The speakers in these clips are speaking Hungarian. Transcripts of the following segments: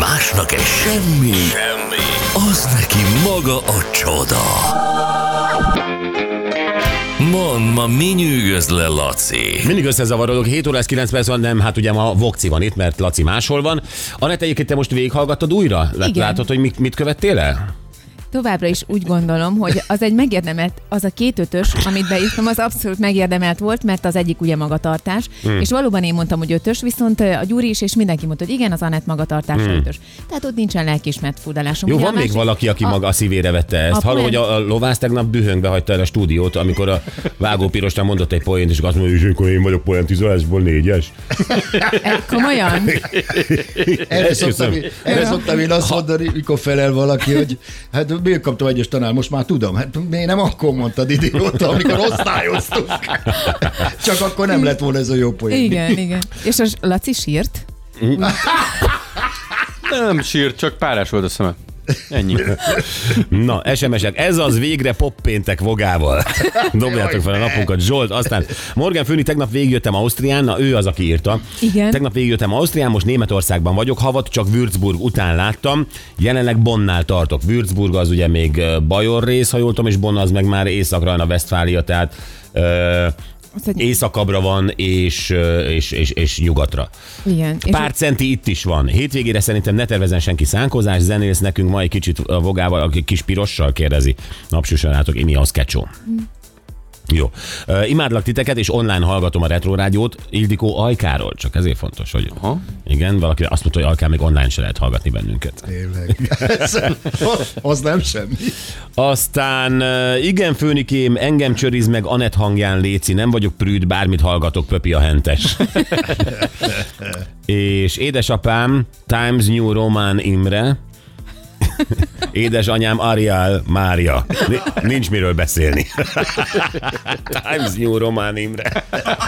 Másnak egy semmi, az neki maga a csoda. Mondd, ma mi nyűgöz le, Laci? Mindig összezavarodok, 7 óra 9 perc van, nem, hát ugye ma Vokci van itt, mert Laci máshol van. Anett, egyébként te most végighallgattad újra? Igen. Látod, hogy mit követtél el? Továbbra is úgy gondolom, hogy az egy megérdemelt, az a 2 5-ös, amit beírtam, az abszolút megérdemelt volt, mert az egyik ugye magatartás, és valóban én mondtam, hogy 5-ös, viszont a Gyuri is, és mindenki mondta, hogy igen, az Anett magatartása 5-ös. Tehát ott nincsen lelkiismert furdalásom. Jó, Ugye van a még másik- valaki, aki maga a szívére vette ezt. Hallom, hogy a lovász tegnap dühöngbe hagyta el a stúdiót, amikor a Vágó Pirostán mondott egy poént, és azt mondja, hogy akkor én vagyok poén 10-esból 4-es. Komolyan? Erre szoktam én azt mondani, mikor felel valaki, hogy hát miért kaptam egyes tanár, most már tudom. Hát miért nem akkor mondtad idióta, amikor osztályoztuk? Csak akkor nem lett volna ez a jó poén. Igen. És a Laci sírt? Nem sírt, csak párás volt a szeme. Ennyi. Na, SMS-ek, ez az végre poppéntek vogával. Dobjátok fel a napunkat, Zsolt. Aztán Morgan Főni, tegnap végigjöttem Ausztrián, na ő az, aki írta. Igen. Tegnap végigjöttem Ausztrián, most Németországban vagyok, havat csak Würzburg után láttam, jelenleg Bonnál tartok. Würzburg az ugye még Bajor rész, ha jól tudom, és Bonn az meg már Észak-Rajna-Vesztfália, tehát északabbra van, és nyugatra. Igen. És Pár centi itt is van. Hétvégére szerintem ne tervezzen senki szánkozás, zenélsz nekünk ma egy kicsit a vogával, aki kis pirossal kérdezi. Napsúsan látok, Imi az kecsó. Jó. Imádlak titeket, és online hallgatom a Retro Rádiót Ildikó Ajkáról. Csak ezért fontos, hogy igen, valaki azt mondta, hogy Ajkán még online se lehet hallgatni bennünket. Tényleg. Az nem semmi. Aztán igen, Főnikém, engem csöriz meg Anett hangján, léci, nem vagyok prűd, bármit hallgatok, Pöpi a hentes. És édesapám, Times New Roman Imre, édesanyám Ariel Mária. Nincs miről beszélni. Times New Roman Imre.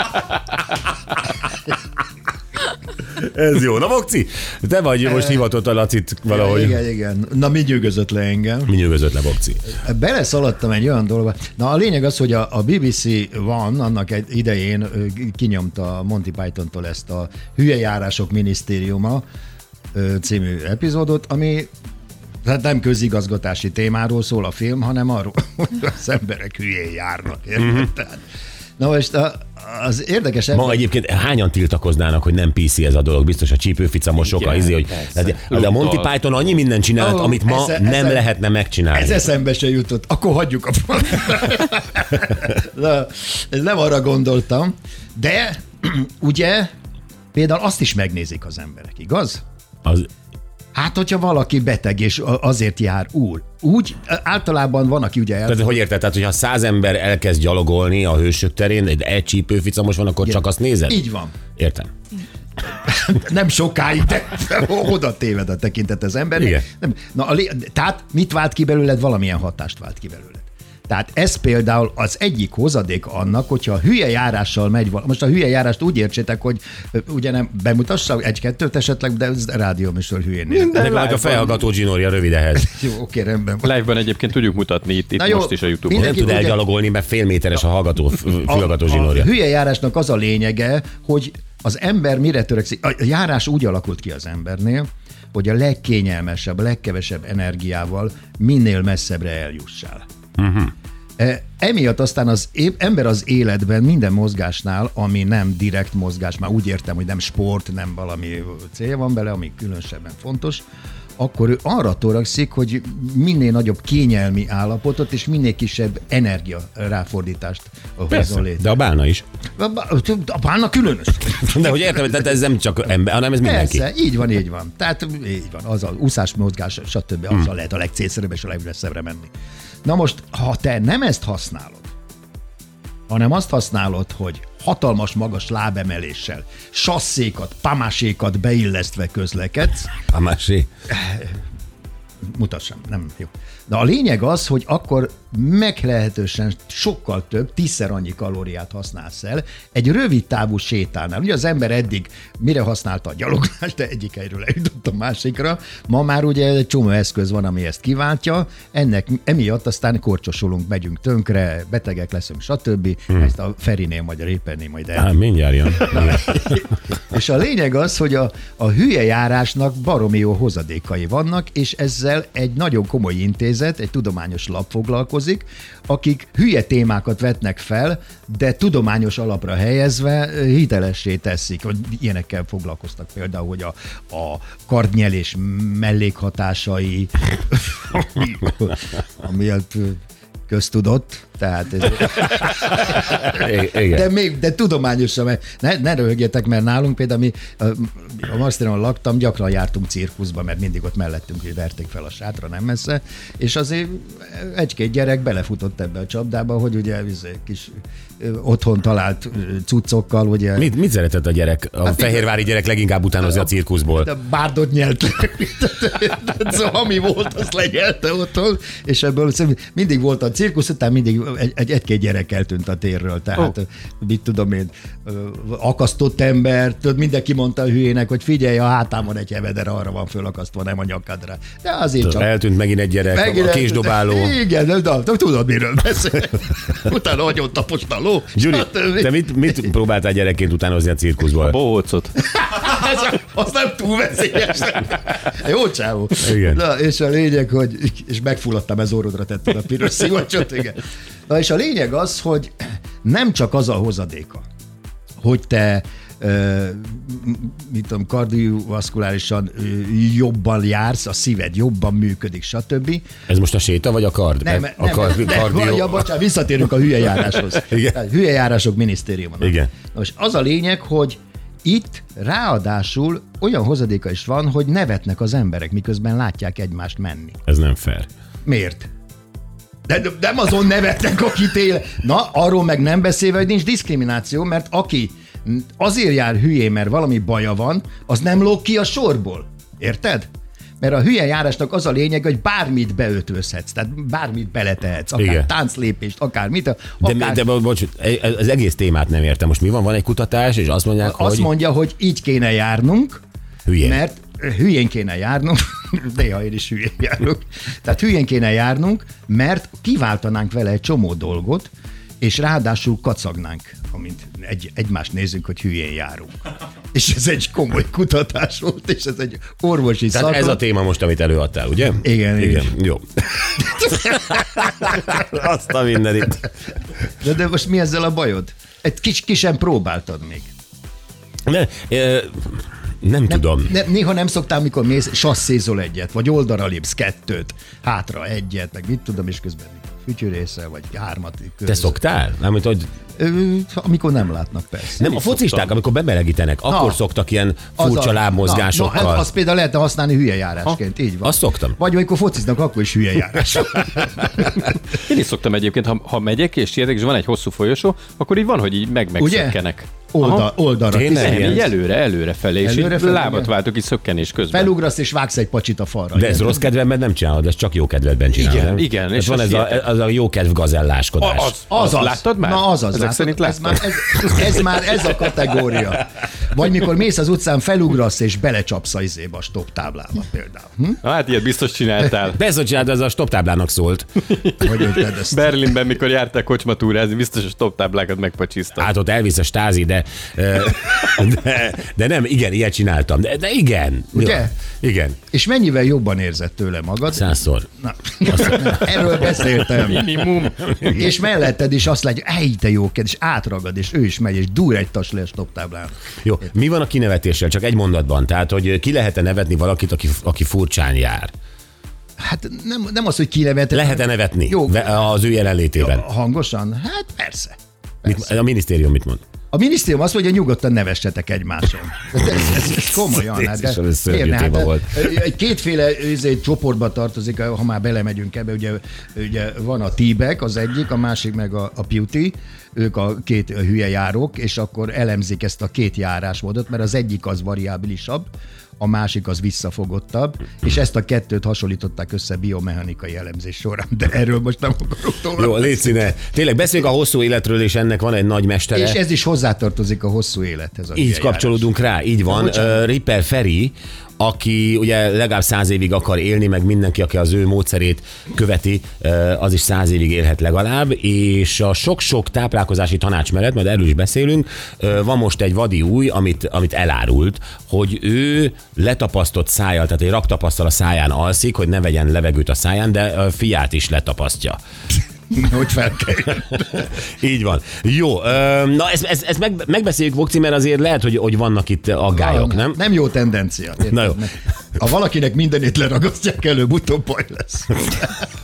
Ez jó. Na, Vokci, te vagy most hivatott a Lacit valahogy. Igen. Na, mi nyűgözött le engem? Mi nyűgözött le, Vokci? Beleszaladtam egy olyan dologba. Na, a lényeg az, hogy a BBC van, annak egy idején kinyomta Monty Pythontól ezt a Hülye járások minisztériuma című epizódot, ami hát nem közigazgatási témáról szól a film, hanem arról, hogy az emberek hülyén járnak. Tehát, na most az érdekes... Ma egyébként hányan tiltakoznának, hogy nem PC ez a dolog? Biztos a csípőficamosok, hogy... De a Monty Python annyi mindent csinált, amit ma nem lehetne megcsinálni. Ez eszembe se jutott. Akkor hagyjuk a... Na, nem arra gondoltam, de ugye például azt is megnézik az emberek, igaz? Hát, hogyha valaki beteg, és azért jár úgy általában van, aki ugye Tehát, hogy érted? Tehát, hogyha 100 ember elkezd gyalogolni a Hősök terén, de egy csípőficamos van, akkor csak azt nézed? Így van. Értem. Nem sokáig, de oda téved a tekintet az ember. Igen. Tehát mit vált ki belőled? Valamilyen hatást vált ki belőled. Tehát ez például az egyik hozadék annak, hogyha a hülye járással megy valami. Most a hülye járást úgy értsétek, hogy ugye nem bemutassa egy-kettőt esetleg, de ez rádióműsor hülyén néz. De a felhallgató zsinórja rövid ehhez. Jó, oké, rendben van. Live-ban egyébként tudjuk mutatni itt jó, most is a YouTube-on. Nem tud elgyalogolni, mert fél méteres a fülhallgató A zsinórja. hülye járásnak az a lényege, hogy az ember mire törekszik. A járás úgy alakult ki az embernél, hogy a legkényelmesebb, a legkevesebb energiával minél messzebbre eljussál. Emiatt aztán az ember az életben minden mozgásnál, ami nem direkt mozgás, már úgy értem, hogy nem sport, nem valami cél van bele, ami különösebben fontos, akkor ő arra torakszik, hogy minél nagyobb kényelmi állapotot és minél kisebb energia ráfordítást hozzon létre. De a bálna is. A bálna különös. De hogy értem, tehát ez nem csak ember, hanem ez mindenki. Persze, így van. Tehát így van, az a úszás, mozgás, stb. Azzal lehet a legcélszerűbb és a legmesszebbre menni. Na most, ha te nem ezt használod, hanem azt használod, hogy hatalmas magas lábemeléssel, sasszékat, pamásékat beillesztve közlekedsz. Pamásé. mutassam, nem jó. De a lényeg az, hogy akkor meglehetősen sokkal több, 10-szer annyi kalóriát használsz el egy rövid távú sétálnál. Ugye az ember eddig mire használta a gyaloglást, de egyik helyről eljutott a másikra. Ma már ugye egy csomó eszköz van, ami ezt kiváltja. Emiatt aztán korcsosulunk, megyünk tönkre, betegek leszünk, stb. Ezt a Ferinél majd, a Répernél majd el. Mindjárt jön. És a lényeg az, hogy a hülye járásnak baromi jó hozadékai vannak, és ezzel egy nagyon komoly intézet, egy tudományos lap foglalkozik, akik hülye témákat vetnek fel, de tudományos alapra helyezve hitelessé teszik. Ilyenekkel foglalkoztak például, hogy a kardnyelés mellékhatásai, ami köztudott, tehát de tudományosan, ne röhögjetek, mert nálunk például mi a Marsztinon laktam, gyakran jártunk cirkuszba, mert mindig ott mellettünk, hogy verték fel a sátra, nem messze, és azért egy-két gyerek belefutott ebbe a csapdába, hogy ugye kis otthon talált cuccokkal, ugye. Mit szeretett a gyerek? A fehérvári gyerek leginkább utánozni a cirkuszból. De bárdot nyelt. Szóval ami volt, azt lenyelte otthon, és ebből mindig volt a cirkusz, után mindig egy-két gyerek eltűnt a térről, tehát mit tudom én, akasztott ember, mindenki mondta a hülyének, hogy figyelj, a hátámon egy heveder, arra van fölakasztva, nem a nyakadra. De azért csak... Eltűnt megint egy gyerek, a késdobáló. Igen, de tudod, miről beszél. Utána agyon taposta a ló. Gyuri, te mit próbáltál gyerekként utánozni a cirkuszból? A bohócot. Az nem túl veszélyes. Jó csávó. Igen. Na, és a lényeg, hogy és megfulladtam, ez orrodra tetted a piros szivacsot, igen. Na, és a lényeg az, hogy nem csak az a hozadéka, hogy te mit tudom, kardiovaszkulárisan jobban jársz, a szíved jobban működik, stb. Ez most a séta, vagy a kard? Bocsánat, visszatérünk a hülye járáshoz. Hülye járások minisztériuma. Igen. Most az a lényeg, hogy itt ráadásul olyan hozadéka is van, hogy nevetnek az emberek, miközben látják egymást menni. Ez nem fair. Miért? De nem azon nevetnek, akit él. Na, arról meg nem beszélve, hogy nincs diszkrimináció, mert aki azért jár hülyén, mert valami baja van, az nem lóg ki a sorból. Érted? Mert a hülye járásnak az a lényeg, hogy bármit beötvözhetsz, tehát bármit beletehetsz, akár igen. Tánclépést, akár mit. De bocs, az egész témát nem értem. Most mi van? Van egy kutatás, és azt mondják, hogy... Azt mondja, hogy így kéne járnunk, hülyén. Mert hülyén kéne járnunk, néha én is hülyén járok, tehát hülyén kéne járnunk, mert kiváltanánk vele egy csomó dolgot, és ráadásul kacagnánk, amint egymást nézünk, hogy hülyén járunk. És ez egy komoly kutatás volt, és ez egy orvosi szakon. Tehát ez a téma most, amit előadtál, ugye? Igen. Jó. Azt a mindenit. De most mi ezzel a bajod? Egy kisen próbáltad még. Nem tudom. Néha nem szoktál, mikor mész, sasszézol egyet, vagy oldalra lépsz kettőt, hátra egyet, meg mit tudom, és közben fütyörészel, vagy 3. Te szoktál? Nem, hogy... Amikor nem látnak, persze. Nem, a focisták, amikor bemelegítenek, akkor szoktak ilyen furcsa lábmozgásokkal. Azt például lehetne használni hülye járásként, így van. Azt szoktam. Vagy amikor fociznak, akkor is hülye járás. Én is szoktam egyébként, ha megyek és sietek, és van egy hosszú folyosó, akkor így van, hogy így megszökkenek. Oldalra. Így előre felé, és így lábat váltok így szökkenés közben. Felugrasz és vágsz egy pacsit a falra. De ez rossz kedvedben nem csinálod, ez csak jó kedvedben csinálod. Igen. És van ez a jó kedv gazelláskodás. Az. Láttad már? Na azaz. Ezek szerint láttad? Ez a kategória. Vagy mikor mész az utcán, felugrasz és belecsapsz a izébe a stop táblába például. Hát ilyet biztos csináltál. Persze, hogy csináltad, ez a stop táblának szólt. Berlinben, mikor jártál kocsmatúrázni, biztos a stop táblákat megpacsisztad. Hát ott elvisz a stázi, de nem, igen, ilyet csináltam. De igen. Ugye? Jó, igen. És mennyivel jobban érzed tőle magad? 100-szor. Erről beszéltem. Minimum. És melletted is azt látja, te jó kedv, és átragad, és ő is megy, és dur egy tas le a stop táblán. Jó, mi van a kinevetéssel? Csak egy mondatban. Tehát, hogy ki lehet-e nevetni valakit, aki furcsán jár? Hát nem az, hogy kinevet. Lehet-e nevetni jó, az ő jelenlétében? Jó, hangosan? Hát persze. A minisztérium mit mond? A minisztérium azt mondja, hogy nyugodtan nevessetek egymáson. Ez komolyan. Egy kétféle csoportba tartozik, ha már belemegyünk ebbe, ugye van a T-bag, az egyik, a másik meg a Beauty, ők a két hülye járók, és akkor elemzik ezt a két járásmódot, mert az egyik az variábilisabb, a másik az visszafogottabb, és ezt a kettőt hasonlították össze biomechanikai elemzés során, de erről most nem akarok tovább. Jó, légy színe. Tényleg beszéljünk a hosszú életről, és ennek van egy nagy mestere. És ez is hozzátartozik a hosszú élethez. Így kapcsolódunk rá, így van. Ripper Feri, aki ugye legalább 100 évig akar élni, meg mindenki, aki az ő módszerét követi, az is 100 évig élhet legalább, és a sok-sok táplálkozási tanács mellett, majd erről is beszélünk, van most egy vadi új, amit elárult, hogy ő letapasztott szájjal, tehát egy raktapasztal a száján alszik, hogy ne vegyen levegőt a száján, de a fiát is letapasztja. Hogy felkeljen. Így van. Jó, na ezt megbeszéljük, Vokci, mert azért lehet, hogy vannak itt aggályok, nem? Nem jó tendencia. Na jó. Ha valakinek mindenét leragasztják, előbb-utóbb baj lesz.